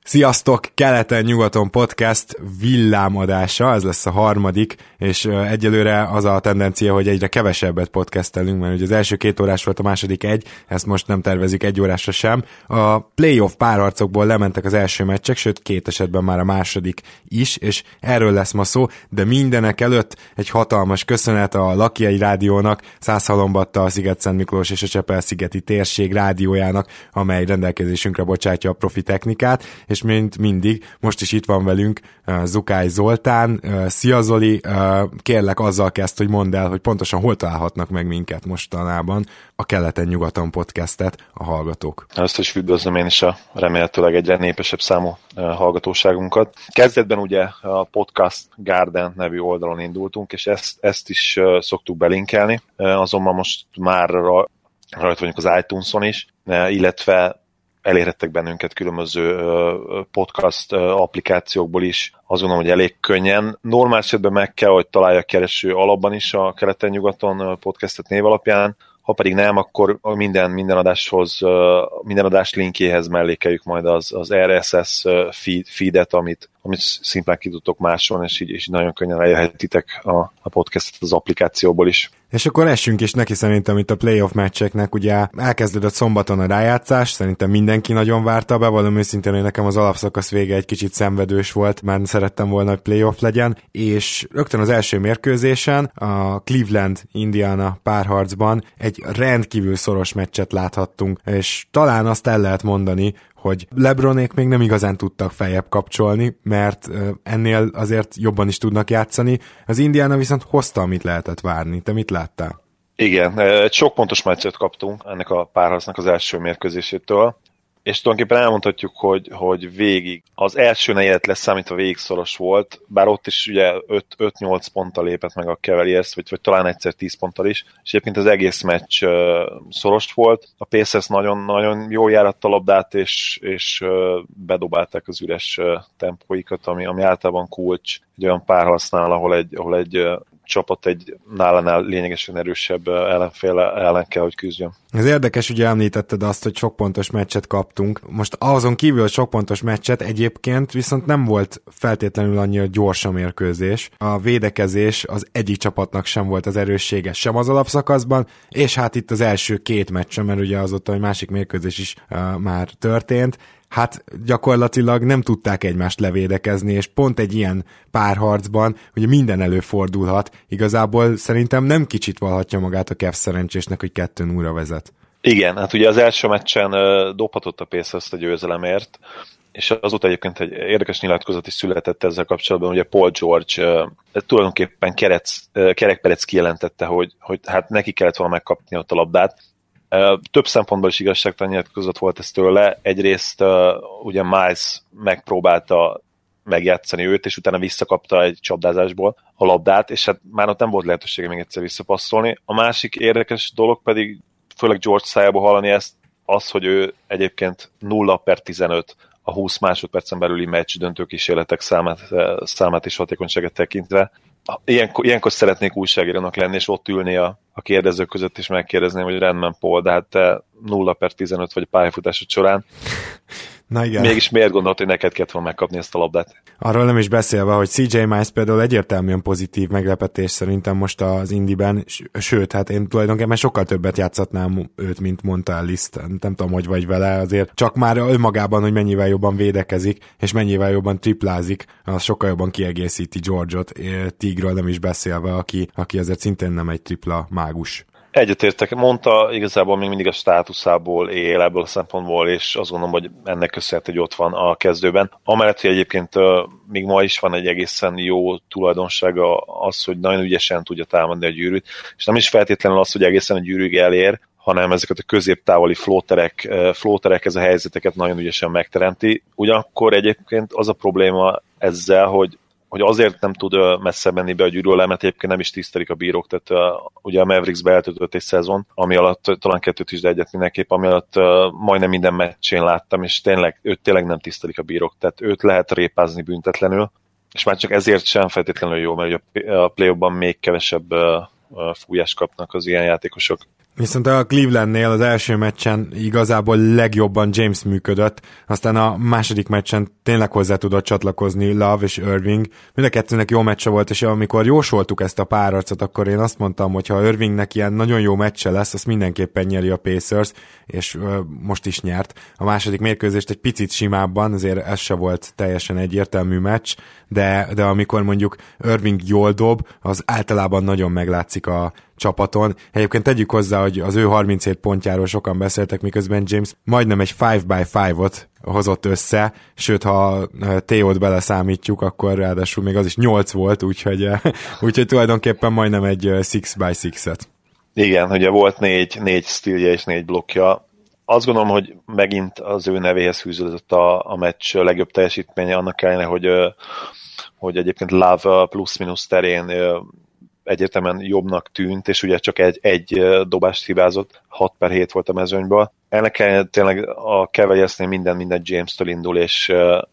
Sziasztok! Keleten-nyugaton podcast villámadása, ez lesz a harmadik, és egyelőre az a tendencia, hogy egyre kevesebbet podcastelünk, mert ugye az első 2 órás volt, a második 1, ezt most nem tervezik 1 órásra sem. A playoff párharcokból lementek az első meccsek, sőt 2 esetben már a második is, és erről lesz ma szó, de mindenek előtt egy hatalmas köszönet a Lakiai Rádiónak, Szászhalombatta, a Sziget-Szent Miklós és a Csepel-szigeti térség rádiójának, amely rendelkezésünkre bocsátja a profi technikát, és mint mindig, most is itt van velünk Zukály Zoltán. Szia Zoli, kérlek azzal kezd, hogy mondd el, hogy pontosan hol találhatnak meg minket mostanában a Keleten-nyugaton podcastet a hallgatók. Ezt is üdvözlöm én is a remélhetőleg egyre népesebb számú hallgatóságunkat. Kezdetben ugye a Podcast Garden nevű oldalon indultunk, és ezt is szoktuk belinkelni, azonban most már rajta vagyunk az iTunes-on is, illetve elérhettek bennünket különböző podcast applikációkból is, azt gondolom, hogy elég könnyen. Normál esetben meg kell, hogy találja a kereső alapban is a Keleten-nyugaton podcastet név alapján, ha pedig nem, akkor minden adás linkjéhez mellékeljük majd az RSS feedet, amit szimplán ki tudtok másolni, és így nagyon könnyen elérhetitek a podcastet az applikációból is. És akkor essünk is neki szerintem itt a playoff meccseknek, ugye elkezdődött szombaton a rájátszás, szerintem mindenki nagyon várta, bevallom őszintén, hogy nekem az alapszakasz vége egy kicsit szenvedős volt, már szerettem volna, hogy playoff legyen, és rögtön az első mérkőzésen a Cleveland-Indiana párharcban egy rendkívül szoros meccset láthattunk, és talán azt el lehet mondani, hogy LeBronék még nem igazán tudtak feljebb kapcsolni, mert ennél azért jobban is tudnak játszani. Az Indiana viszont hozta, amit lehetett várni. Te mit láttál? Igen, egy sok pontos meccset kaptunk ennek a párharcnak az első mérkőzésétől, és tulajdonképpen elmondhatjuk, hogy végig az első negyedet leszámítva végig szoros volt, bár ott is ugye 5-8 ponttal lépett meg a Cavaliers, vagy talán egyszer 10 ponttal is, és egyébként az egész meccs szoros volt. A Pacers nagyon jól járatta a labdát, és bedobálták az üres tempóikat, ami általában kulcs egy olyan párharcnál, ahol egy csapat egy nálánál lényegesen erősebb ellenfél ellen kell, hogy küzdjön. Ez érdekes, ugye említetted azt, hogy sok pontos meccset kaptunk. Most azon kívül, hogy sok pontos meccset egyébként viszont nem volt feltétlenül annyira gyors a mérkőzés. A védekezés az egyik csapatnak sem volt az erőssége, sem az alapszakaszban, és hát itt az első 2 meccsen, mert ugye azóta egy másik mérkőzés is már történt, hát gyakorlatilag nem tudták egymást levédekezni, és pont egy ilyen párharcban ugye minden előfordulhat. Igazából szerintem nem kicsit valhatja magát a Cavs szerencsésnek, hogy 2-0-ra vezet. Igen, hát ugye az első meccsen dobhatott a Pacers a győzelemért, és azóta egyébként egy érdekes nyilatkozat is született ezzel kapcsolatban, ugye Paul George tulajdonképpen kerekperec kijelentette, hogy hát neki kellett volna megkapni ott a labdát. Több szempontból is igazságtalan nyilatkozat volt ez tőle. Egyrészt ugye Miles megpróbálta megjátszani őt, és utána visszakapta egy csapdázásból a labdát, és hát már ott nem volt lehetősége még egyszer visszapasszolni. A másik érdekes dolog pedig, főleg George szájából hallani az, hogy ő egyébként 0/15 a 20 másodpercen belüli meccs döntő kísérletek számát és hatékonyságát tekintve. Ilyenkor szeretnék újságírónak lenni, és ott ülni a kérdezők között, és megkérdezném, hogy rendben, Paul, de hát te 0/15 vagy a pályafutásod során. Na igen. Mégis miért gondolt, hogy neked kellett volna megkapni ezt a labdát? Arról nem is beszélve, hogy CJ Miles például egyértelműen pozitív meglepetés szerintem most az Indiben, sőt, hát én tulajdonképpen sokkal többet játszatnám őt, mint mondta Ellis. Nem tudom, hogy vagy vele, azért csak már önmagában, hogy mennyivel jobban védekezik, és mennyivel jobban triplázik, az sokkal jobban kiegészíti George-ot, Tigről nem is beszélve, aki azért szintén nem egy tripla mágus. Egyetértek, mondta, igazából még mindig a státuszából él ebből a szempontból, és azt gondolom, hogy ennek köszönhető, hogy ott van a kezdőben. Amellett, hogy egyébként még ma is van egy egészen jó tulajdonsága az, hogy nagyon ügyesen tudja támadni a gyűrűt, és nem is feltétlenül az, hogy egészen a gyűrűig elér, hanem ezeket a középtávoli flóterek ez a helyzeteket nagyon ügyesen megteremti. Ugyanakkor egyébként az a probléma ezzel, hogy azért nem tud messze menni be a gyűrű alá, mert egyébként nem is tisztelik a bírók, tehát ugye a Mavericksbe eltöltött egy szezon, ami alatt talán 2 is, de egyet mindenképp, ami alatt majdnem minden meccsén láttam, és őt tényleg nem tisztelik a bírók, tehát őt lehet répázni büntetlenül, és már csak ezért sem feltétlenül jó, mert a play-offban még kevesebb fújást kapnak az ilyen játékosok. Viszont a Clevelandnél az első meccsen igazából legjobban James működött, aztán a második meccsen tényleg hozzá tudott csatlakozni Love és Irving. Mind a kettőnek jó meccse volt, és amikor jósoltuk ezt a párharcot, akkor én azt mondtam, hogy ha Irvingnek ilyen nagyon jó meccse lesz, azt mindenképpen nyeri a Pacers, és most is nyert. A második mérkőzést egy picit simábban, azért ez se volt teljesen egyértelmű meccs, de amikor mondjuk Irving jól dob, az általában nagyon meglátszik a csapaton. Egyébként tegyük hozzá, hogy az ő 37 pontjáról sokan beszéltek, miközben James majdnem egy 5x5-ot hozott össze, sőt, ha T-ot beleszámítjuk, akkor ráadásul még az is 8 volt, úgyhogy tulajdonképpen majdnem egy 6x6-et. Igen, ugye volt 4 stealje és 4 blokkja. Azt gondolom, hogy megint az ő nevéhez fűződött a meccs legjobb teljesítménye, annak ellenére, hogy egyébként Love plusz-minusz terén egyértelműen jobbnak tűnt, és ugye csak egy dobást hibázott, 6/7 volt a mezőnyből. Ennek ellenére tényleg a Cavaliersnél minden James-től indul, és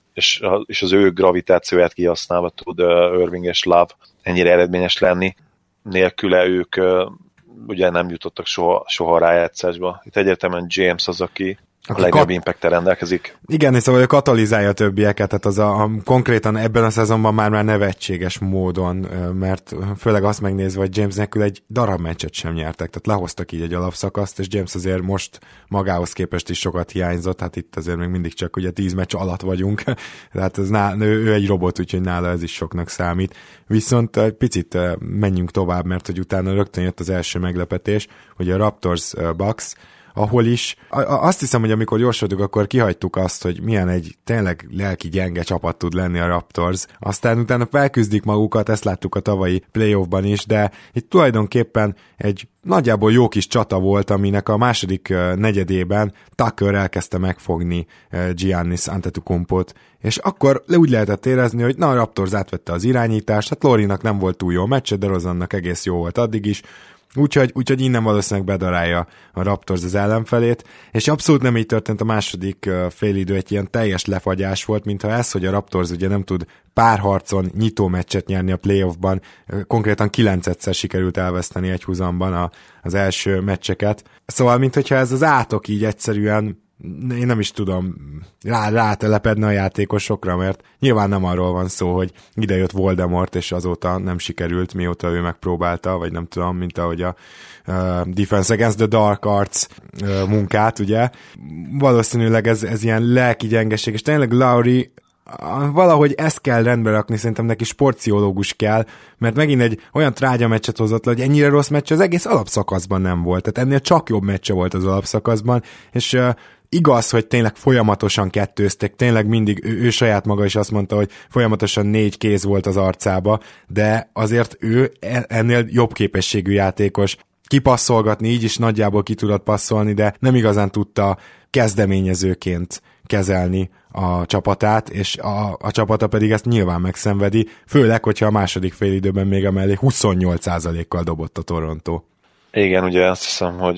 az ő gravitációját kihasználva tud Irving és Love ennyire eredményes lenni. Nélküle ők ugye nem jutottak soha a rájátszásba. Itt egyértelműen James az, aki a legnagyobb impact-tel rendelkezik. Igen, és szóval ő katalizálja a többieket, tehát az konkrétan ebben a szezonban már nevetséges módon, mert főleg azt megnézve, hogy James nélkül egy darab meccset sem nyertek, tehát lehoztak így egy alapszakaszt, és James azért most magához képest is sokat hiányzott, hát itt azért még mindig csak ugye 10 meccs alatt vagyunk, tehát ő egy robot, úgyhogy nála ez is soknak számít. Viszont egy picit menjünk tovább, mert hogy utána rögtön jött az első meglepetés, hogy a Raptors Bucks, ahol is, azt hiszem, hogy amikor jósoltuk, akkor kihagytuk azt, hogy milyen egy tényleg lelki gyenge csapat tud lenni a Raptors. Aztán utána felküzdik magukat, ezt láttuk a tavalyi playoffban is, de itt tulajdonképpen egy nagyjából jó kis csata volt, aminek a második negyedében Tucker elkezdte megfogni Giannis Antetokounmpot, és akkor úgy lehetett érezni, hogy a Raptors átvette az irányítást, hát Lorinak nem volt túl jó meccse, de Rozannak egész jó volt addig is, Úgyhogy innen valószínűleg bedarálja a Raptors az ellenfelét, és abszolút nem így történt a második félidő, egy ilyen teljes lefagyás volt, mintha ez, hogy a Raptors ugye nem tud párharcon nyitó meccset nyerni a playoffban, konkrétan 9-szer sikerült elveszteni egy húzamban az első meccseket. Szóval, mintha ez az átok így egyszerűen én nem is tudom, rátelepedne a játékosokra, mert nyilván nem arról van szó, hogy idejött Voldemort, és azóta nem sikerült, mióta ő megpróbálta, vagy nem tudom, mint ahogy a Defense Against the Dark Arts munkát, ugye. Valószínűleg ez ilyen lelki gyengeség, és tényleg Lowry valahogy ezt kell rendbe rakni, szerintem neki sportpszichológus kell, mert megint egy olyan trágya meccset hozott le, hogy ennyire rossz meccs az egész alapszakaszban nem volt, tehát ennél csak jobb meccse volt az alapszakaszban, és igaz, hogy tényleg folyamatosan kettőztek, tényleg mindig ő saját maga is azt mondta, hogy folyamatosan 4 kéz volt az arcába, de azért ő ennél jobb képességű játékos, kipasszolgatni, így is nagyjából ki tudott passzolni, de nem igazán tudta kezdeményezőként kezelni a csapatát, és a csapata pedig ezt nyilván megszenvedi, főleg, hogyha a második félidőben még emellé 28%-kal dobott a Toronto. Igen, ugye azt hiszem, hogy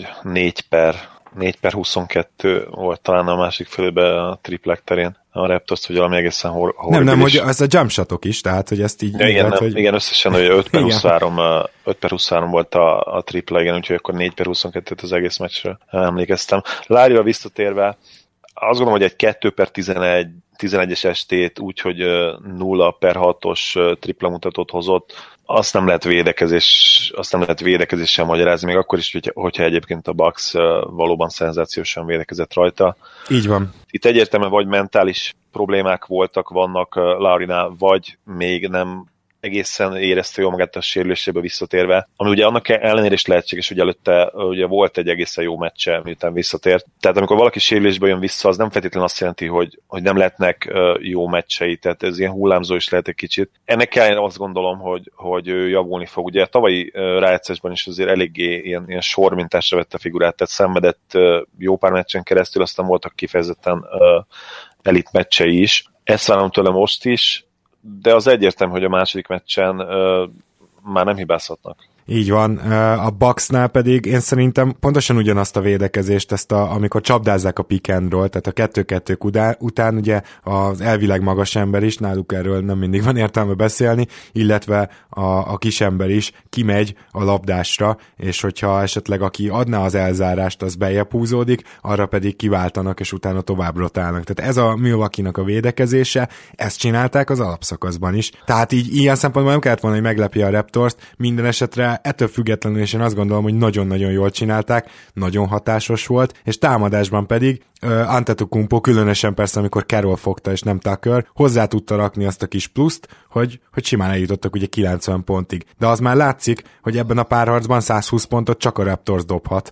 4/22 volt talán a másik félben a triplek terén a Raptors, hogy valami egészen horribilis. Nem, hogy ez a jump shotok is, tehát, hogy ezt így... Ja, igen, lehet, hogy... igen, összesen, hogy 5/23 volt a tripla, igen, úgyhogy akkor 4/22 az egész meccsre emlékeztem. Larryra visszatérve, azt gondolom, hogy egy 2/11-es estét úgy, hogy 0/6-os tripla mutatót hozott, azt nem lehet védekezéssel magyarázni, még akkor is, hogyha egyébként a Bucks valóban szenzációsan védekezett rajta. Így van. Itt egyértelműen vagy mentális problémák vannak Laurynál, vagy még nem egészen érezte jól magát a sérüléséből visszatérve, ami ugye annak ellenére is lehetséges, hogy előtte ugye volt egy egészen jó meccse, miután visszatért. Tehát amikor valaki sérülésből jön vissza, az nem feltétlenül azt jelenti, hogy nem lehetnek jó meccsei, tehát ez ilyen hullámzó is lehet egy kicsit. Ennek ellenére azt gondolom, hogy ő javulni fog. Ugye a tavalyi rájátszásban is azért eléggé ilyen sormintásra vette a figurát, tehát szenvedett jó pár meccsen keresztül, aztán voltak kifejezetten elit meccsei is. Ezt várom tőle most is, de az egyértelmű, hogy a második meccsen már nem hibázhatnak. Így van, a Bucksnál pedig én szerintem pontosan ugyanazt a védekezést, amikor csapdázzák a pick and roll, tehát a 2-2 után ugye az elvileg magas ember is, náluk erről nem mindig van értelme beszélni, illetve a kis ember is kimegy a labdásra, és hogyha esetleg aki adná az elzárást, az bejebb húzódik, arra pedig kiváltanak, és utána tovább rotálnak. Tehát ez a Milwaukee-nak a védekezése, ezt csinálták az alapszakaszban is. Tehát így ilyen szempontból nem kellett volna, hogy meglepje a Raptors-t, minden esetre ettől függetlenül, és én azt gondolom, hogy nagyon-nagyon jól csinálták, nagyon hatásos volt, és támadásban pedig Antetokounmpo, különösen persze, amikor Carroll fogta, és nem Tucker, hozzá tudta rakni azt a kis pluszt, hogy simán eljutottak ugye 90 pontig. De az már látszik, hogy ebben a párharcban 120 pontot csak a Raptors dobhat.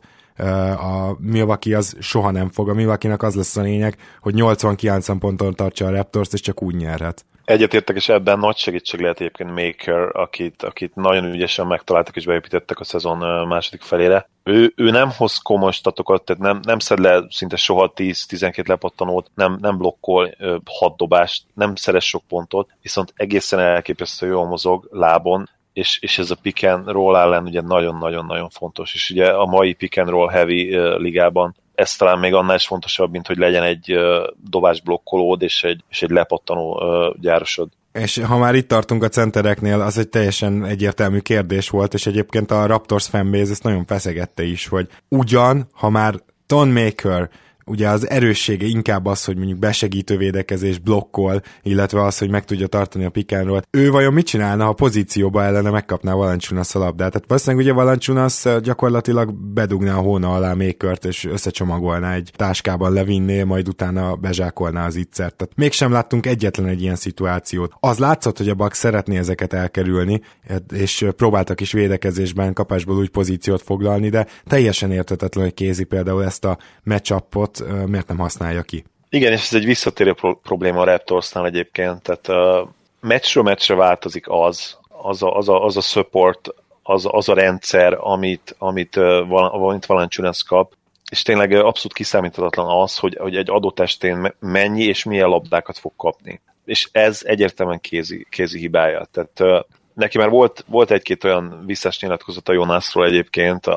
A Milwaukee az soha nem fog. A Milwaukee-nak az lesz a lényeg, hogy 80-90 ponton tartsa a Raptors, és csak úgy nyerhet. Egyetértek, és ebben nagy segítség lehet egyébként Maker, akit nagyon ügyesen megtaláltak és beépítettek a szezon második felére. Ő nem hoz komoly statokat, tehát nem szed le szinte soha 10-12 lepattanót, nem blokkol 6 dobást, nem szerez sok pontot, viszont egészen elképesztő jól mozog lábon, és ez a pick and roll ellen ugye nagyon-nagyon-nagyon fontos, és ugye a mai pick and roll heavy ligában ez talán még annál is fontosabb, mint hogy legyen egy dobásblokkolód és egy lepattanó gyárosod. És ha már itt tartunk a centereknél, az egy teljesen egyértelmű kérdés volt, és egyébként a Raptors fanbase ezt nagyon feszegette is, hogy ha már Thon Maker ugye az erőssége inkább az, hogy mondjuk besegítő védekezés blokkol, illetve az, hogy meg tudja tartani a pick and roll-t. Ő vajon mit csinálna, ha pozícióba ellene megkapná Valanciunas a labdát? Tehát valószínűleg ugye Valanciunas gyakorlatilag bedugná a hóna alá Makert, és összecsomagolná egy táskában, levinné, majd utána bezsákolná az ittszert. Tehát mégsem láttunk egyetlen egy ilyen szituációt. Az látszott, hogy a Bucks szeretné ezeket elkerülni, és próbáltak is védekezésben, kapásból úgy pozíciót foglalni, de teljesen érthetetlen, hogy Kézi például ezt a match-upot miért nem használja ki. Igen, és ez egy visszatérő probléma a Raptorsnál egyébként, tehát meccsről meccsre változik az a support, az a rendszer, amit Valanciunas kap, és tényleg abszolút kiszámíthatatlan az, hogy egy adott estén mennyi és milyen labdákat fog kapni. És ez egyértelműen kézi hibája. Tehát neki már volt egy-két olyan visszás nyilatkozata Jonasról egyébként,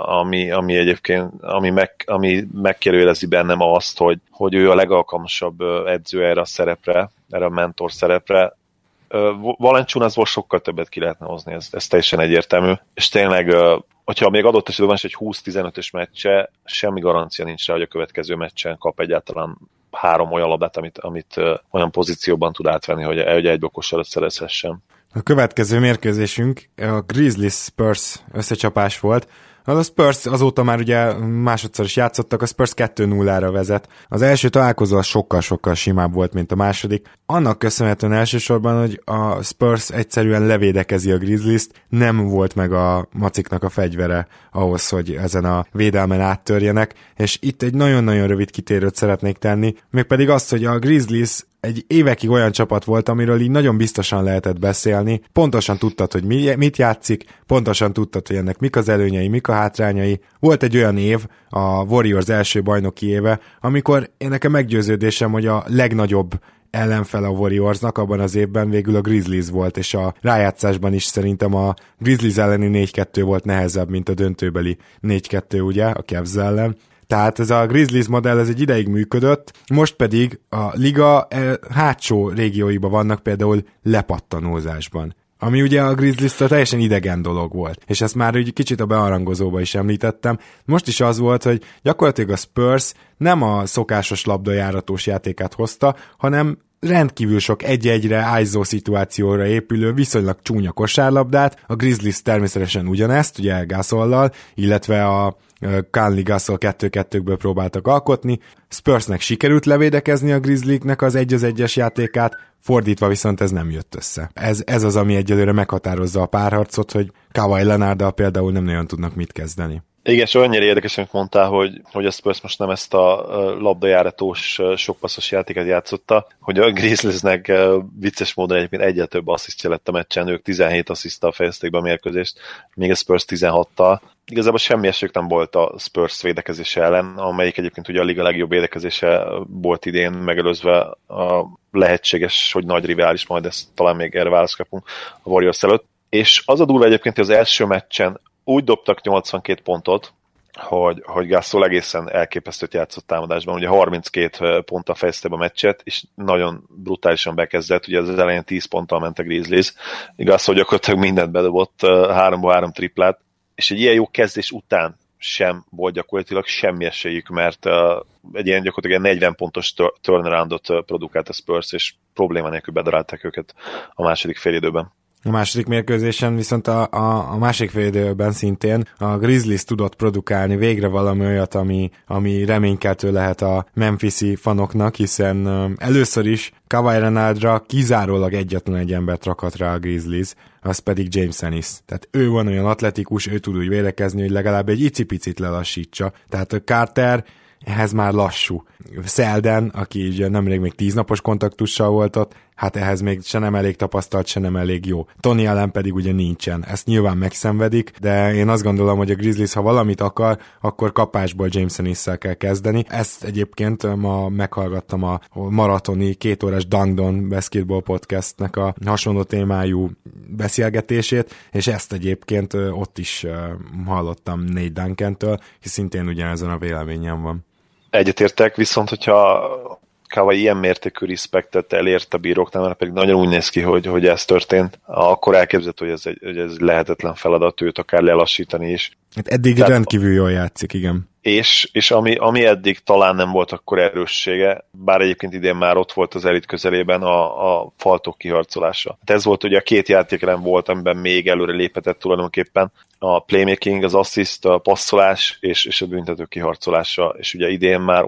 ami megkérdőjelezi bennem azt, hogy ő a legalkalmasabb edző erre a szerepre, erre a mentor szerepre. Valanciunasból sokkal többet ki lehetne hozni, ez teljesen egyértelmű. És tényleg, hogyha még adott esetben van is egy 20-15-ös meccse, semmi garancia nincs rá, hogy a következő meccsen kap egyáltalán 3 olyan labdát, amit olyan pozícióban tud átvenni, hogy egy blokkosarat szerezhessen. A következő mérkőzésünk a Grizzlies-Spurs összecsapás volt. A Spurs azóta már ugye másodszor is játszottak, a Spurs 2-0-ra vezet. Az első találkozó az sokkal-sokkal simább volt, mint a második. Annak köszönhetően elsősorban, hogy a Spurs egyszerűen levédekezi a Grizzlies-t, nem volt meg a maciknak a fegyvere ahhoz, hogy ezen a védelmen áttörjenek, és itt egy nagyon-nagyon rövid kitérőt szeretnék tenni, mégpedig azt, hogy a Grizzlies egy évekig olyan csapat volt, amiről így nagyon biztosan lehetett beszélni, pontosan tudtad, hogy mit játszik, pontosan tudtad, hogy ennek mik az előnyei, mik a hátrányai. Volt egy olyan év, a Warriors első bajnoki éve, amikor én nekem meggyőződésem, hogy a legnagyobb ellenfel a Warriorsnak abban az évben végül a Grizzlies volt, és a rájátszásban is szerintem a Grizzlies elleni 4-2 volt nehezebb, mint a döntőbeli 4-2 ugye, a Cavs ellen. Tehát ez a Grizzlies modell ez egy ideig működött, most pedig a liga hátsó régióiban vannak például lepattanózásban. Ami ugye a Grizzlies-től teljesen idegen dolog volt. És ezt már egy kicsit a bearangozóba is említettem. Most is az volt, hogy gyakorlatilag a Spurs nem a szokásos labdajáratós játékát hozta, hanem rendkívül sok egy-egyre ISO szituációra épülő, viszonylag csúnya kosárlabdát, a Grizzlies természetesen ugyanezt, ugye Gasollal, illetve a Conley Gasol 2-2-ből próbáltak alkotni, Spursnek sikerült levédekezni a Grizzliesnek az 1-1-es játékát, fordítva viszont ez nem jött össze. Ez az, ami egyelőre meghatározza a párharcot, hogy Kawhi Leonarddal például nem nagyon tudnak mit kezdeni. Igen, és annyira érdekes, amit mondtál, hogy a Spurs most nem ezt a labdajáratós, sokpasszos játékot játszotta, hogy a Grizzliesnek vicces módon egyébként egyre több asszisztja lett a meccsen, ők 17 assziszttal fejezték be a mérkőzést, még a Spurs 16-tal. Igazából semmi esélyük nem volt a Spurs védekezése ellen, amelyik egyébként ugye a liga legjobb védekezése volt idén, megelőzve a lehetséges, hogy nagy rivális, majd ezt talán még erre választ kapunk a Warriors előtt. És az a durva egyébként, hogy az első meccsen úgy dobtak 82 pontot, hogy Gasol egészen elképesztőt játszott támadásban, ugye 32 ponttal fejezte be a meccset, és nagyon brutálisan bekezdett, ugye az elején 10 ponttal ment a Grizzlies, Gasol gyakorlatilag mindent bedobott, 3-3 triplát, és egy ilyen jó kezdés után sem volt gyakorlatilag semmi esélyük, mert egy ilyen gyakorlatilag 40 pontos turnaroundot produkált a Spurs, és probléma nélkül bedarálták őket a második félidőben. A második mérkőzésen viszont a másik félidőben szintén a Grizzlies tudott produkálni végre valami olyat, ami reménykeltő lehet a Memphisi fanoknak, hiszen először is Kawhi Leonardra kizárólag egyetlen egy embert rakhat rá a Grizzlies, az pedig James Ennis. Tehát ő van olyan atletikus, ő tud úgy védekezni, hogy legalább egy icipicit lelassítsa. Tehát a Carter ehhez már lassú. Selden, aki ugye nemrég még 10 napos kontaktussal volt ott, hát ehhez még se nem elég tapasztalt, se nem elég jó. Tony Allen pedig ugye nincsen. Ezt nyilván megszenvedik, de én azt gondolom, hogy a Grizzlies, ha valamit akar, akkor kapásból James Ennis-szel kell kezdeni. Ezt egyébként ma meghallgattam a maratoni 2 órás Dunkdon Basketball Podcastnek a hasonló témájú beszélgetését, és ezt egyébként ott is hallottam Nate Duncantől, és szintén ugyanezen a véleményem van. Egyetértek, viszont hogyha Kawhi ilyen mértékű respektet elért a bíróknál, mert pedig nagyon úgy néz ki, hogy ez történt, akkor elképzelhető, hogy ez lehetetlen feladat, őt akár lelassítani is. Hát eddig tehát, rendkívül jól játszik, igen. És ami eddig talán nem volt akkor erőssége, bár egyébként idén már ott volt az elit közelében a faltok kiharcolása. Hát ez volt ugye a 2 játékelem volt, amiben még előre léphetett tulajdonképpen a playmaking, az assist, a passzolás és a büntető kiharcolása, és ugye idén már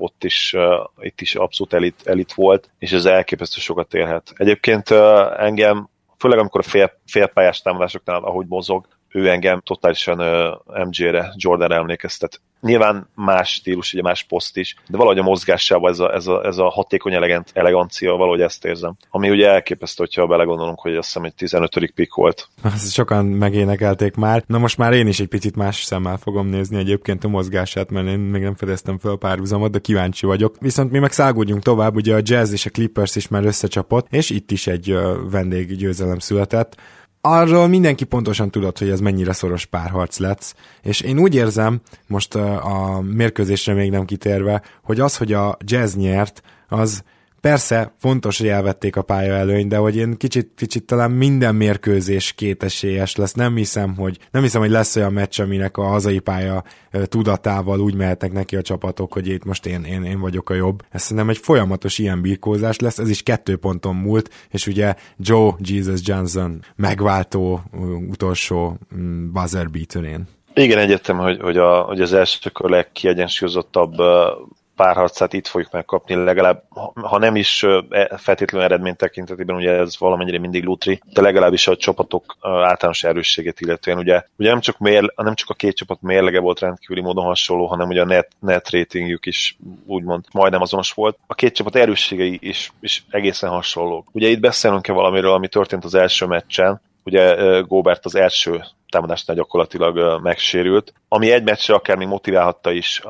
itt is abszolút elit volt, és ez elképesztő sokat érhet. Egyébként engem, főleg amikor a félpályás támadásoknál, ahogy mozog, ő engem totálisan MJ-re, Jordanre emlékeztet. Nyilván más stílus, ugye más poszt is, de valahogy a mozgásában ez a hatékony elegancia, valahogy ezt érzem. Ami ugye elképesztő, hogyha belegondolunk, hogy azt hiszem egy 15. pick volt. Azt sokan megénekelték már. Na most már én is egy picit más szemmel fogom nézni egyébként a mozgását, mert én még nem fedeztem fel párhuzamot, de kíváncsi vagyok. Viszont mi meg szágódjunk tovább, ugye a Jazz és a Clippers is már összecsapott, és itt is egy vendéggyőzelem született. Arról mindenki pontosan tudott, hogy ez mennyire szoros párharc lesz, és én úgy érzem, most a mérkőzésre még nem kitérve, hogy az, hogy a Jazz nyert, az persze fontos, hogy elvették a pályaelőnyt, de hogy én kicsit talán minden mérkőzés kétesélyes lesz. Nem hiszem, hogy lesz olyan meccs, aminek a hazai pálya tudatával úgy mehetnek neki a csapatok, hogy itt most én vagyok a jobb. Ez szerintem egy folyamatos ilyen birkózás lesz, ez is 2 ponton múlt, és ugye Joe Jesus Johnson megváltó utolsó buzzer beaterén. Igen, egyértelmű, hogy az első a legkiegyensúlyozottabb párharcát itt fogjuk megkapni, legalább, ha nem is feltétlenül eredmény tekintetében, ugye ez valamennyire mindig lutri, de legalábbis a csapatok általános erősségét illetően. Ugye nem csak a 2 csapat mérlege volt rendkívüli módon hasonló, hanem ugye a net ratingjük is úgymond majdnem azonos volt. A 2 csapat erősségei is egészen hasonlók. Ugye itt beszélünk-e valamiről, ami történt az első meccsen, ugye Gobert az első támadásnál gyakorlatilag megsérült, ami egy meccsre akár még motiválhatta is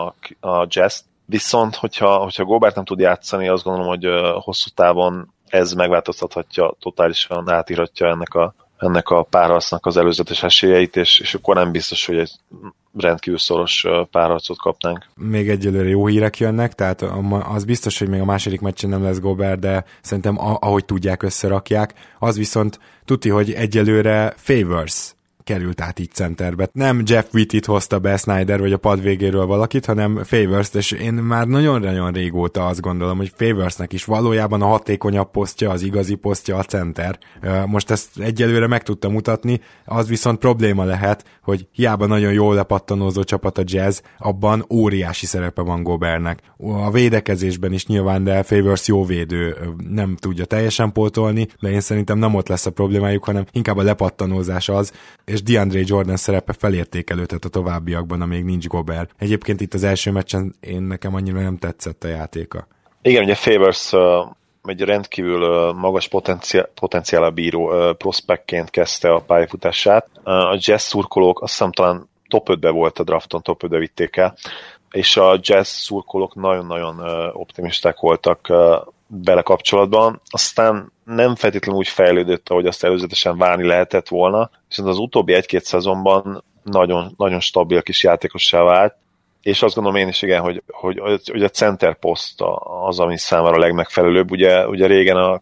a Jazz-t, viszont hogyha Gobert nem tud játszani, azt gondolom, hogy hosszú távon ez megváltoztathatja, totálisan átírhatja ennek a párharcnak az előzetes esélyeit, és akkor nem biztos, hogy egy rendkívül szoros párharcot kapnánk. Még egyelőre jó hírek jönnek, tehát az biztos, hogy még a második meccsen nem lesz Gobert, de szerintem ahogy tudják, összerakják. Az viszont tuti, hogy egyelőre Favors került át így centerbe. Nem Jeff Wittit hozta be Snyder, vagy a pad végéről valakit, hanem Favors-t, és én már nagyon-nagyon régóta azt gondolom, hogy Favorsnek is valójában a hatékonyabb posztja, az igazi posztja a center. Most ezt egyelőre meg tudtam mutatni, az viszont probléma lehet, hogy hiába nagyon jól lepattanózó csapat a Jazz, abban óriási szerepe van Gobertnek. A védekezésben is nyilván, de Favors jó védő, nem tudja teljesen pótolni, de én szerintem nem ott lesz a problémájuk, hanem inkább a lepattanózás az, és DeAndre Jordan szerepe felértékelődhet a továbbiakban, amíg nincs Gobert. Egyébként itt az első meccsen nekem annyira nem tetszett a játéka. Igen, ugye Favors egy rendkívül magas potenciál bíró prospektként kezdte a pályafutását. A Jazz szurkolók azt hiszem talán top 5-be volt a drafton, top 5-be vitték el, és a Jazz szurkolók nagyon-nagyon optimisták voltak vele kapcsolatban. Aztán nem feltétlenül úgy fejlődött, ahogy azt előzetesen várni lehetett volna, viszont az utóbbi 1-2 szezonban nagyon, nagyon stabil kis játékossá vált, és azt gondolom én is, igen, hogy a center poszt az, ami számára a legmegfelelőbb. Ugye régen a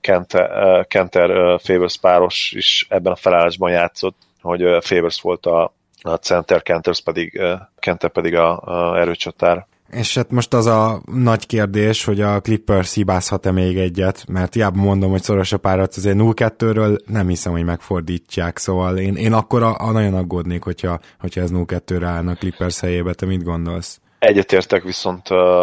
Kanter Favors páros is ebben a felállásban játszott, hogy Favors volt a center, Kanter pedig a erőcsatár. És hát most az a nagy kérdés, hogy a Clippers hibázhat-e még egyet, mert hiába mondom, hogy szoros a párat, azért 0-2-ről nem hiszem, hogy megfordítják, szóval én akkor nagyon aggódnék, hogyha ez 0-2-re állna a Clippers helyébe, te mit gondolsz? Egyetértek, viszont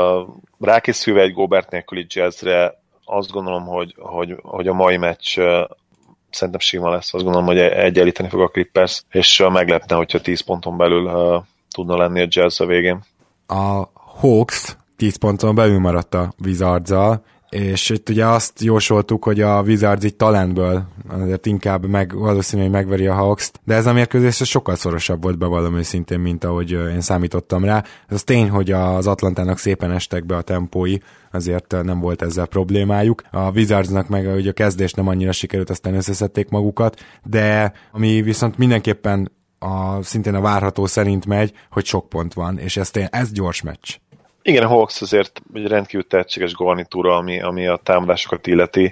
rákészülve egy Gobert nélküli Jazzre azt gondolom, hogy a mai meccs szerintem sima lesz, azt gondolom, hogy egyenlíteni fog a Clippers, és meglepne, hogyha 10 ponton belül tudna lenni a Jazz a végén. A Hawks 10 ponton belül maradt a Wizards-al, és itt ugye azt jósoltuk, hogy a Wizards így talentből azért inkább valószínűleg megveri a Hawks-t, de ez a mérkőzés sokkal szorosabb volt, bevallom őszintén, mint ahogy én számítottam rá. Ez tény, hogy az Atlantának szépen estek be a tempói, azért nem volt ezzel problémájuk. A Wizardsnak meg ugye a kezdés nem annyira sikerült, aztán összeszedték magukat, de ami viszont mindenképpen szintén a várható szerint megy, hogy sok pont van, és ez gyors meccs. Igen, a Hawks azért egy rendkívül tehetséges garnitúra, ami a támadásokat illeti.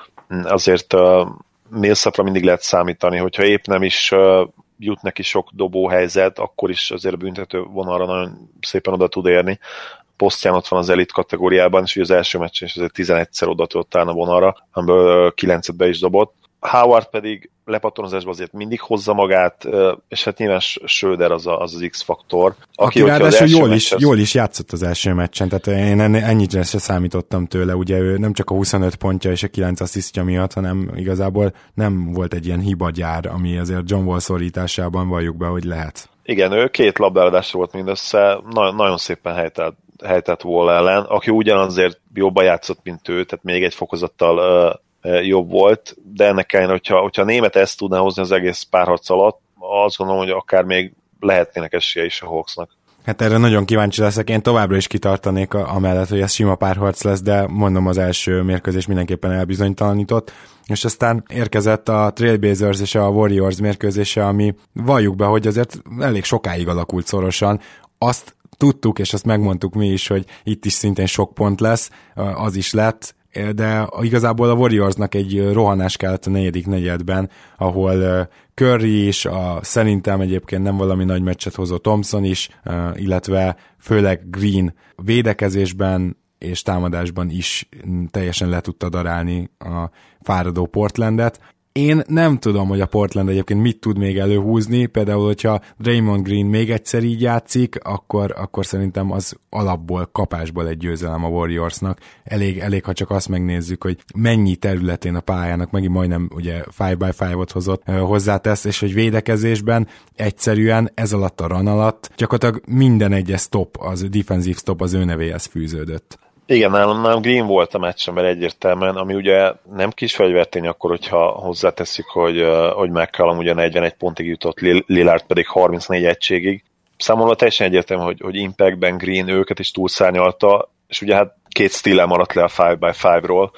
Azért Millsapra mindig lehet számítani, hogyha épp nem is jut neki sok dobóhelyzet, akkor is azért a büntető vonalra nagyon szépen oda tud érni. Posztján ott van az elit kategóriában, és ugye az első meccsen is azért 11-szer oda tudott állni a vonalra, amiből 9-et be is dobott. Howard pedig lepattonozásban azért mindig hozza magát, és hát nyilván Schröder az X-faktor. Aki ráadásul jól is játszott az első meccsen, tehát én ennyire se számítottam tőle, ugye ő nem csak a 25 pontja és a 9 asszisztja miatt, hanem igazából nem volt egy ilyen hibagyár, ami azért John Wall szorításában valljuk be, hogy lehet. Igen, ő 2 labdáladásra volt mindössze, nagyon szépen helytelt Wall ellen, aki ugyanazért jobban játszott, mint ő, tehát még egy fokozattal jobb volt, de ennek ellenére, hogyha a német ezt tudná hozni az egész párharc alatt, azt gondolom, hogy akár még lehetnének esélye is a Hawksnak. Hát erre nagyon kíváncsi leszek, én továbbra is kitartanék amellett, hogy ez sima párharc lesz, de mondom, az első mérkőzés mindenképpen elbizonytalanított, és aztán érkezett a Trailblazers és a Warriors mérkőzése, ami valljuk be, hogy azért elég sokáig alakult szorosan, azt tudtuk, és azt megmondtuk mi is, hogy itt is szintén sok pont lesz, az is lett, de igazából a Warriorsnak egy rohanás kellett a negyedik negyedben, ahol Curry is, szerintem egyébként nem valami nagy meccset hozó Thompson is, illetve főleg Green védekezésben és támadásban is teljesen le tudta darálni a fáradó Portlandet. Én nem tudom, hogy a Portland egyébként mit tud még előhúzni, például, hogyha Draymond Green még egyszer így játszik, akkor szerintem az alapból, kapásból egy győzelem a Warriorsnak. Elég, ha csak azt megnézzük, hogy mennyi területén a pályának megint majdnem ugye 5x5-ot hozott hozzátesz, és hogy védekezésben egyszerűen ez alatt a run alatt gyakorlatilag minden egyes stop, az defensív stop az ő nevéhez fűződött. Igen, nálam Green volt a meccsen, mert egyértelműen, ami ugye nem kis fegyvertény akkor, hogyha hozzáteszik, hogy McCallum ugye 41 pontig jutott, Lillard pedig 34 egységig. Számomra teljesen egyértelmű, hogy Impactben Green őket is túlszárnyalta, és ugye hát 2 steal-el maradt le a 5x5-ról,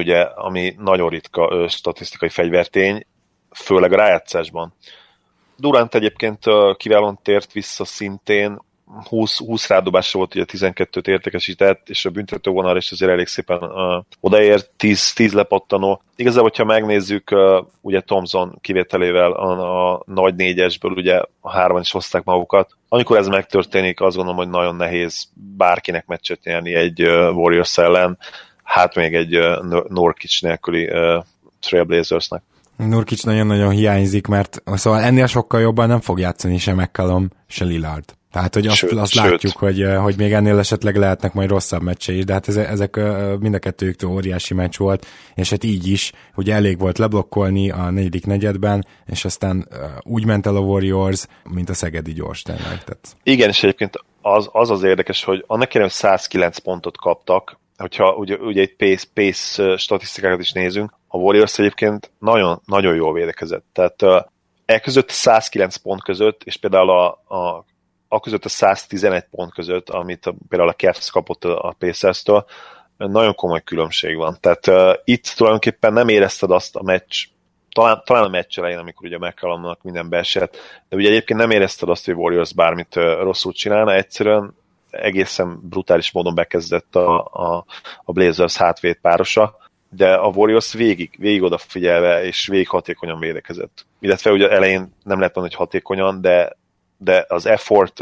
ami nagyon ritka statisztikai fegyvertény, főleg a rájátszásban. Durant egyébként kiválóan tért vissza szintén, 20 rádobásra volt, ugye 12-t értékesített, és a büntető vonal is azért elég szépen odaért, 10 lepattanó. Igazából, hogyha megnézzük, ugye Thompson kivételével a nagy négyesből ugye a 3-an is hozták magukat. Amikor ez megtörténik, azt gondolom, hogy nagyon nehéz bárkinek meccset nyerni egy Warriors ellen, hát még egy Nurkic nélküli Trailblazersnek. Nurkic nagyon-nagyon hiányzik, mert szóval ennél sokkal jobban nem fog játszani se McCallum, se Lillard. Tehát, hogy azt látjuk, hogy még ennél esetleg lehetnek majd rosszabb meccsei is, de hát ezek mind a kettőjüktől óriási meccs volt, és hát így is, ugye elég volt leblokkolni a negyedik negyedben, és aztán úgy ment el a Warriors, mint a szegedi gyors tényleg. Tehát... Igen, és egyébként az érdekes, hogy annak ellenére, hogy 109 pontot kaptak, hogyha ugye egy pace statisztikákat is nézünk, a Warriors egyébként nagyon, nagyon jól védekezett. Tehát között 109 pont között, és például a között a 111 pont között, amit például a Cavs kapott a Pacers-től, nagyon komoly különbség van. Tehát itt tulajdonképpen nem érezted azt a meccs talán a meccs elején, amikor ugye McCallumnak minden beesett, de ugye egyébként nem érezted azt, hogy Warriors bármit rosszul csinálna, egyszerűen egészen brutális módon bekezdett a Blazers hátvéd párosa, de a Warriors végig odafigyelve és végig hatékonyan védekezett. Illetve ugye elején nem lehet mondani, hogy hatékonyan, de az effort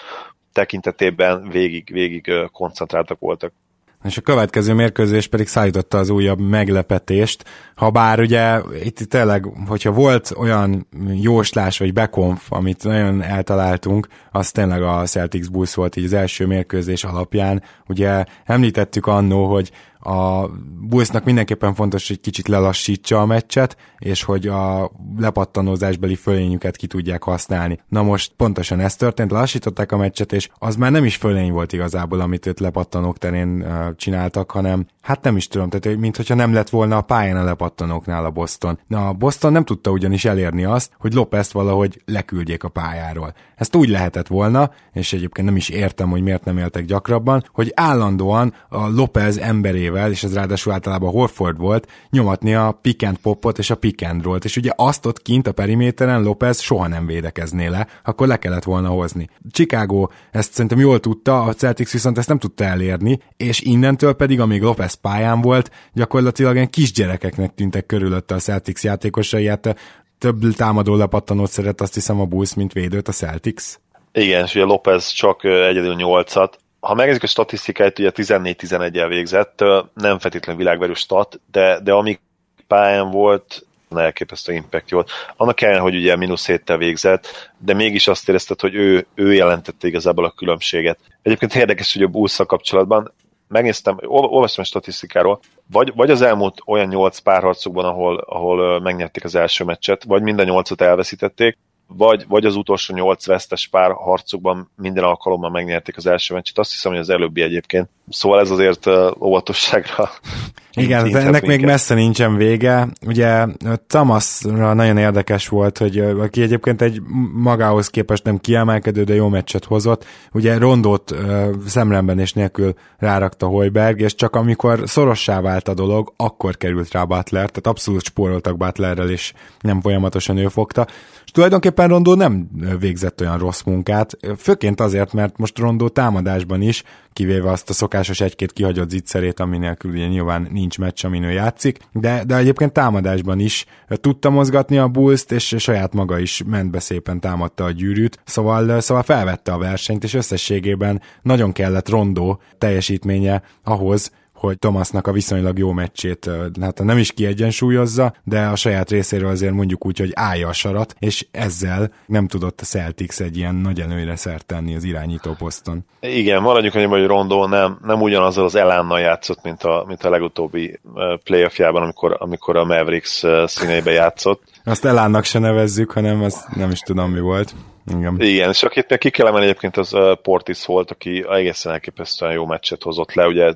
tekintetében végig koncentráltak voltak. És a következő mérkőzés pedig szállította az újabb meglepetést, ha bár ugye itt tényleg, hogyha volt olyan jóslás vagy bekonf, amit nagyon eltaláltunk, az tényleg a Celtics Bulls volt így az első mérkőzés alapján. Ugye említettük annó, hogy a Bullsnak mindenképpen fontos, hogy kicsit lelassítsa a meccset, és hogy a lepattanózásbeli fölényüket ki tudják használni. Na most pontosan ez történt, lassították a meccset, és az már nem is fölény volt igazából, amit őt lepattanók terén csináltak, hanem hát nem is tudom, tehát mintha nem lett volna a pályán a lepattanóknál a Boston. Na, a Boston nem tudta ugyanis elérni azt, hogy Lópezt valahogy leküldjék a pályáról. Ezt úgy lehetett volna, és egyébként nem is értem, hogy miért nem éltek gyakrabban, hogy állandóan a López emberével, és ez ráadásul általában Horford volt, nyomatni a pick and popot és a pick and rollt, és ugye azt ott kint a periméteren López soha nem védekezné le, akkor le kellett volna hozni. Chicago ezt szerintem jól tudta, a Celtics viszont ezt nem tudta elérni, és innentől pedig, amíg López pályán volt, gyakorlatilag ilyen kisgyerekeknek tűntek körülötte a Celtics játékosai, hát több támadó lepattanót szeret, azt hiszem a Bulls, mint védőt a Celtics. Igen, és ugye López csak egyedül 8-at. Ha megnézzük a statisztikáit, ugye 14-11-el végzett, nem feltétlenül világverő stat, de amíg pályán volt, elképesztő impact volt. Annak ellenére, hogy ugye -7-tel végzett, de mégis azt érezted, hogy ő jelentette igazából a különbséget. Egyébként érdekes, hogy a Bulls-szal kapcsolatban megnéztem, olvastam a statisztikáról, vagy az elmúlt olyan 8 párharcokban, ahol megnyerték az első meccset, vagy minden 8-ot elveszítették, vagy az utolsó 8 vesztes párharcokban minden alkalommal megnyerték az első meccset. Azt hiszem, hogy az előbbi egyébként. Szóval ez azért óvatosságra. Igen, ennek még messze nincsen vége. Ugye Thomasra nagyon érdekes volt, hogy aki egyébként egy magához képest nem kiemelkedő, de jó meccset hozott. Ugye Rondót szemremben és nélkül rárakta Hoiberg, és csak amikor szorossá vált a dolog, akkor került rá Butler, tehát abszolút spóroltak Butlerrel, és nem folyamatosan ő fogta. És tulajdonképpen Rondó nem végzett olyan rossz munkát, főként azért, mert most Rondó támadásban is, kivéve azt a szokásos egy-két kihagyott zicserét, ami nélkül ugye nyilván nincs meccs, amin ő játszik, de egyébként támadásban is tudta mozgatni a Bulls-t, és saját maga is ment be szépen, támadta a gyűrűt, szóval felvette a versenyt, és összességében nagyon kellett Rondó teljesítménye ahhoz, hogy Thomasnak a viszonylag jó meccsét hát nem is kiegyensúlyozza, de a saját részéről azért mondjuk úgy, hogy állja a sarat, és ezzel nem tudott a Celtics egy ilyen nagy előnyre szert tenni az irányító poszton. Igen, maradjuk annyiban, hogy Rondó nem ugyanazzal az elánnal játszott, mint a legutóbbi playoffjában, amikor a Mavericks színeibe játszott. Azt elánnak se nevezzük, hanem azt nem is tudom, mi volt. Igen, és akit ki kell emelni egyébként az Portis volt, aki egészen elképesztően jó meccset hozott le, ugye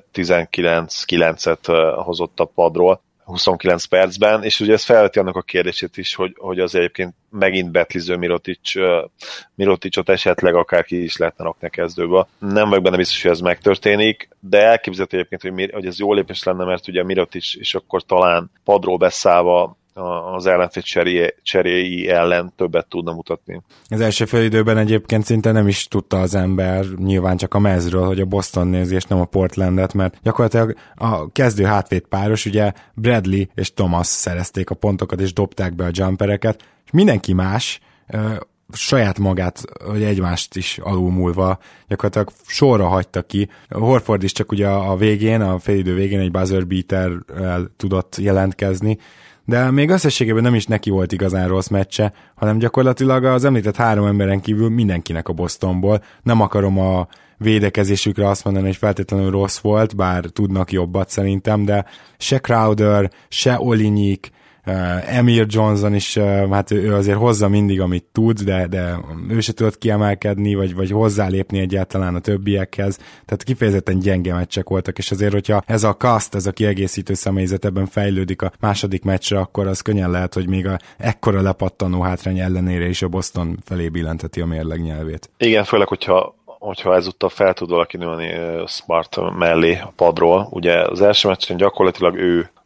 19-9-et hozott a padról 29 percben, és ugye ez felveti annak a kérdését is, hogy az egyébként megint betliző Miroticsot esetleg akár ki is lehetne rakni a kezdőbe. Nem vagyok benne biztos, hogy ez megtörténik, de elképzelhető egyébként, hogy ez jó lépés lenne, mert ugye Mirotic is akkor talán padról beszállva az ellenfél cseréi ellen többet tudna mutatni. Az első félidőben egyébként szinte nem is tudta az ember, nyilván csak a mezről, hogy a Boston nézi, és nem a Portlandet, mert gyakorlatilag a kezdő hátvéd páros, ugye Bradley és Thomas szerezték a pontokat, és dobták be a jumpereket, és mindenki más saját magát, vagy egymást is alulmúlva gyakorlatilag sorra hagyta ki. Horford is csak ugye a végén, a félidő végén egy buzzer beaterrel tudott jelentkezni, de még összességében nem is neki volt igazán rossz meccse, hanem gyakorlatilag az említett 3 emberen kívül mindenkinek a Bostonból. Nem akarom a védekezésükre azt mondani, hogy feltétlenül rossz volt, bár tudnak jobbat szerintem, de se Crowder, se Olinyik, Emir Johnson is, hát ő azért hozza mindig, amit tud, de ő se tudott kiemelkedni, vagy hozzálépni egyáltalán a többiekhez, tehát kifejezetten gyenge meccsek voltak, és azért, hogyha ez a cast, ez a kiegészítő személyzet ebben fejlődik a második meccsre, akkor az könnyen lehet, hogy még ekkora lepattanó hátrány ellenére is a Boston felé billenteti a mérleg nyelvét. Igen, főleg, hogyha ezúttal fel tud valaki nőni Smart mellé a padról. Ugye az első meccsen gyakorlatilag ő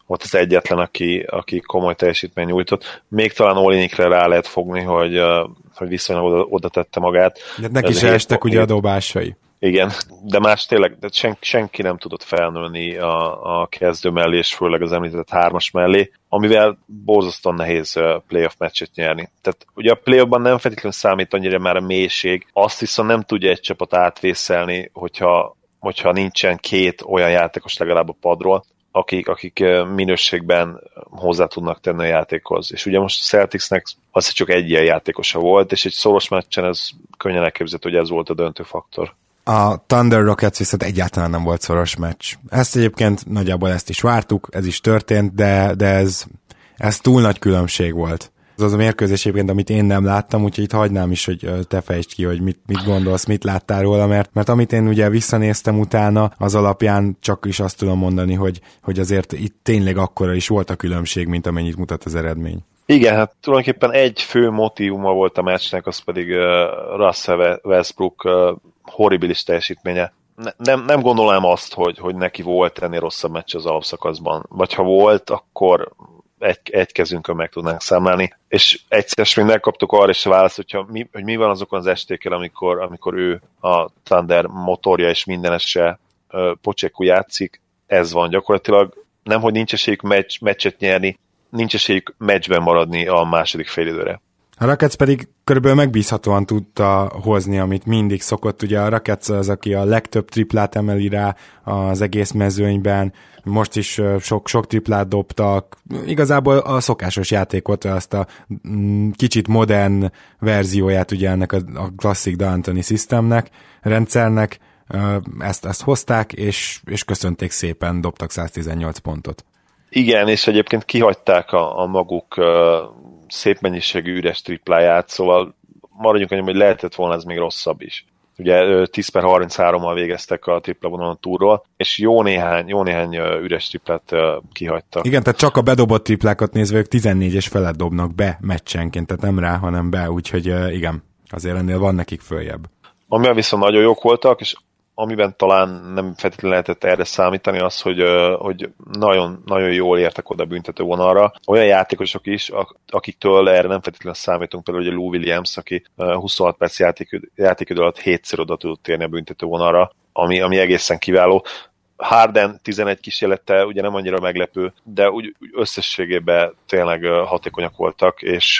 volt az egyetlen, aki komoly teljesítmény nyújtott. Még talán Olinikre rá lehet fogni, hogy viszonylag oda tette magát. De neki se estek ugye a dobásai. Igen, de más tényleg, de senki nem tudott felnőni a kezdő mellé, és főleg az említett 3-as mellé, amivel borzasztóan nehéz playoff meccset nyerni. Tehát ugye a playoffban nem feltétlenül számít annyira már a mélység, azt viszont nem tudja egy csapat átvészelni, hogyha nincsen 2 olyan játékos legalább a padról, akik minőségben hozzá tudnak tenni a játékhoz. És ugye most a Celticsnek az csak egy ilyen játékosa volt, és egy szoros meccsen ez könnyen elképzelhető, hogy ez volt a döntő faktor. A Thunder Rockets viszont egyáltalán nem volt szoros meccs. Ezt egyébként nagyjából ezt is vártuk, ez is történt, de ez túl nagy különbség volt. Az a mérkőzés egyébként, amit én nem láttam, úgyhogy itt hagynám is, hogy te fejtsd ki, hogy mit gondolsz, mit láttál róla, mert amit én ugye visszanéztem utána, az alapján csak is azt tudom mondani, hogy azért itt tényleg akkora is volt a különbség, mint amennyit mutat az eredmény. Igen, hát tulajdonképpen egy fő motívuma volt a meccsnek, az pedig Russell Westbrook horribilis teljesítménye. Nem gondolom azt, hogy neki volt ennél rosszabb meccs az alapszakaszban. Vagy ha volt, akkor egy kezünkön meg tudnánk számlálni. És egyszer még megkaptuk arra is a választ, hogy mi van azokon az estékkel, amikor ő a Thunder motorja és mindenese pocsékú játszik. Ez van gyakorlatilag. Nemhogy nincs esélyük meccset nyerni, nincs esélyük meccsben maradni a második félidőre. A Rockets pedig körülbelül megbízhatóan tudta hozni, amit mindig szokott. Ugye a Rockets az, aki a legtöbb triplát emeli rá az egész mezőnyben, most is sok triplát dobtak. Igazából a szokásos játékot, azt a kicsit modern verzióját ugye ennek a klasszik D'Antoni systemnek, rendszernek, ezt hozták, és köszönték szépen, dobtak 118 pontot. Igen, és egyébként kihagyták a maguk szép mennyiségű üres tripláját, szóval maradjunk annyi, hogy lehetett volna ez még rosszabb is. Ugye 10/33-mal végeztek a tripla vonalon túlról, és jó néhány üres triplát kihagytak. Igen, tehát csak a bedobott triplákat nézve ők 14-es felett dobnak be meccsenként, tehát nem rá, hanem be, úgyhogy igen, azért ennél van nekik följebb. Amivel viszont nagyon jók voltak, és amiben talán nem feltétlenül lehetett erre számítani, az, hogy nagyon, nagyon jól értek oda a büntetővonalra. Olyan játékosok is, akiktől erre nem feltétlenül számítunk, például Lou Williams, aki 26 perc játékidő alatt 7-szer oda tudott térni a büntetővonalra, ami egészen kiváló. Harden 11 kísérlettel ugye nem annyira meglepő, de úgy összességében tényleg hatékonyak voltak, és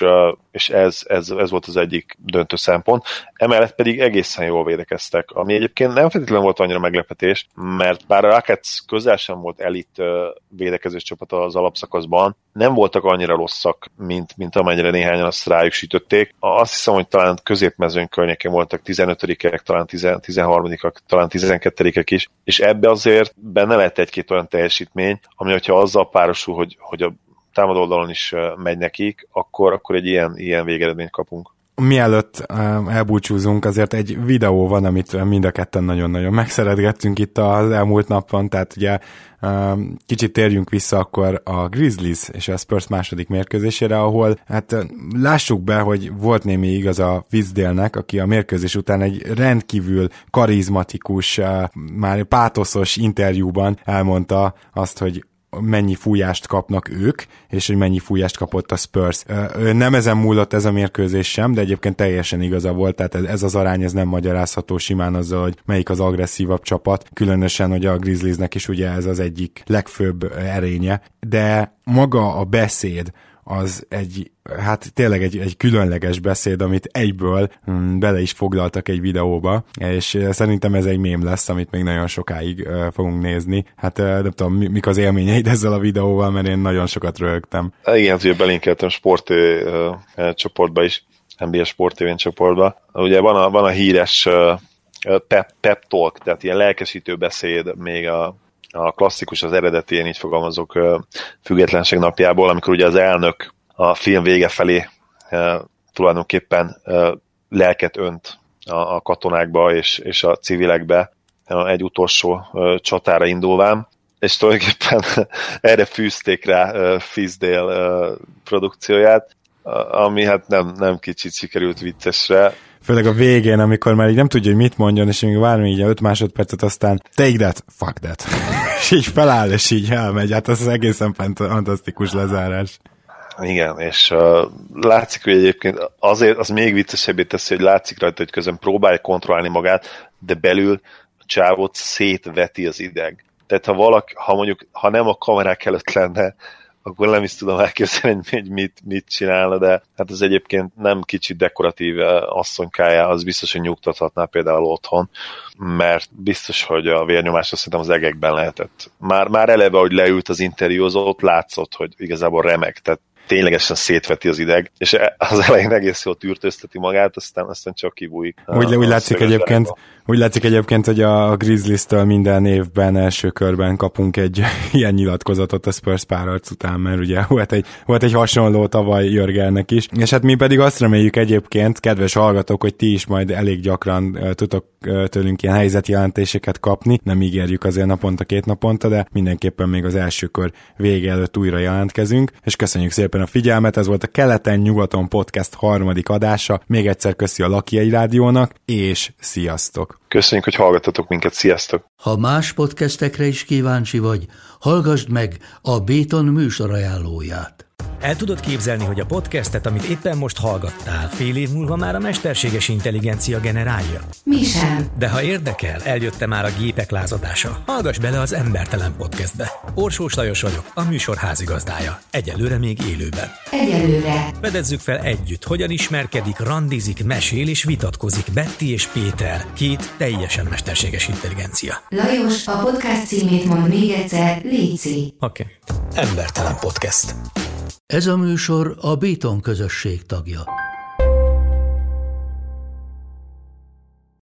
ez volt az egyik döntő szempont. Emellett pedig egészen jól védekeztek, ami egyébként nem feltétlenül volt annyira meglepetés, mert bár a Rockets közel sem volt elit védekezős csapat az alapszakaszban, nem voltak annyira rosszak, mint amennyire néhányan azt rájuk sütötték. Azt hiszem, hogy talán középmezőny környékén voltak 15-ek, talán 13-ak, talán 12-ek is, és ebbe azért benne lehet egy-két olyan teljesítmény, ami hogyha azzal párosul, hogy a támadó oldalon is megy nekik, akkor egy ilyen végeredményt kapunk. Mielőtt elbúcsúzunk, azért egy videó van, amit mind a ketten nagyon-nagyon megszeretgettünk itt az elmúlt napon, tehát ugye kicsit térjünk vissza akkor a Grizzlies és a Spurs második mérkőzésére, ahol hát lássuk be, hogy volt némi igaz a Fizdalenek, aki a mérkőzés után egy rendkívül karizmatikus, már pátoszos interjúban elmondta azt, hogy mennyi fújást kapnak ők, és hogy mennyi fújást kapott a Spurs. Nem ezen múlott ez a mérkőzés sem, de egyébként teljesen igaza volt, tehát ez az arány, ez nem magyarázható simán azzal, hogy melyik az agresszívabb csapat, különösen, hogy a Grizzliesnek is ugye ez az egyik legfőbb erénye, de maga a beszéd az hát tényleg egy különleges beszéd, amit egyből bele is foglaltak egy videóba, és szerintem ez egy mém lesz, amit még nagyon sokáig fogunk nézni. Hát nem tudom, mik az élményeid ezzel a videóval, mert én nagyon sokat röhögtem. Igen, ugye belinkeltem Sport csoportba is, NBA Sport TV csoportba. Ugye van a híres pep talk, tehát ilyen lelkesítő beszéd, még a klasszikus, az eredeti, én így fogalmazok, függetlenség napjából, amikor ugye az elnök a film vége felé tulajdonképpen lelket önt a katonákba és a civilekbe egy utolsó csatára indulván, és tulajdonképpen erre fűzték rá Fizdale produkcióját, ami hát nem kicsit sikerült viccesre. Főleg a végén, amikor már így nem tudja, hogy mit mondjon, és még várni így 5 másodpercet, aztán take that, fuck that. És így feláll, és így elmegy. Hát az egészen fantasztikus lezárás. Igen, és látszik, hogy egyébként azért az még viccesebbé teszi, hogy látszik rajta, hogy közben próbálja kontrollálni magát, de belül a csávót szétveti az ideg. Tehát ha nem a kamerák előtt lenne, akkor nem is tudom elképzelni, hogy mit csinálna, de hát ez egyébként nem kicsit dekoratív asszonykája, az biztos, hogy nyugtathatná például otthon, mert biztos, hogy a vérnyomás azt szerintem az egekben lehetett. Már eleve, hogy leült az interjúzott, látszott, hogy igazából remeg, tehát ténylegesen szétveti az ideg, és az elején egész jól tűrtőzteti magát, aztán csak kibújik. Úgy látszik egyébként, hogy a Grizzlies-től minden évben első körben kapunk egy ilyen nyilatkozatot a Spurs párharc után, mert ugye volt egy hasonló tavaly Jörgelnek is, és hát mi pedig azt reméljük egyébként, kedves hallgatók, hogy ti is majd elég gyakran tudok tőlünk ilyen helyzetjelentéseket kapni, nem ígérjük azért naponta, 2 naponta, de mindenképpen még az első kör vége előtt újra jelentkezünk, és köszönjük szépen a figyelmet, ez volt a Keleten-nyugaton podcast 3. adása, még egyszer köszi a Lakiai Rádiónak, és sziasztok! Köszönjük, hogy hallgattatok minket, sziasztok! Ha más podcastekre is kíváncsi vagy, hallgassd meg a Béton műsor ajánlóját. El tudod képzelni, hogy a podcastet, amit éppen most hallgattál, fél év múlva már a mesterséges intelligencia generálja? Mi sem. De ha érdekel, eljött már a gépek lázadása. Hallgass bele az Embertelen podcastbe. Orsós Lajos vagyok, a műsor házigazdája. Egyelőre még élőben. Egyelőre. Fedezzük fel együtt, hogyan ismerkedik, randizik, mesél és vitatkozik Betty és Péter, 2 teljesen mesterséges intelligencia. Lajos, a podcast címét mondd még egyszer, léci. Oké. Embertelen podcast. Ez a műsor a Béton közösség tagja.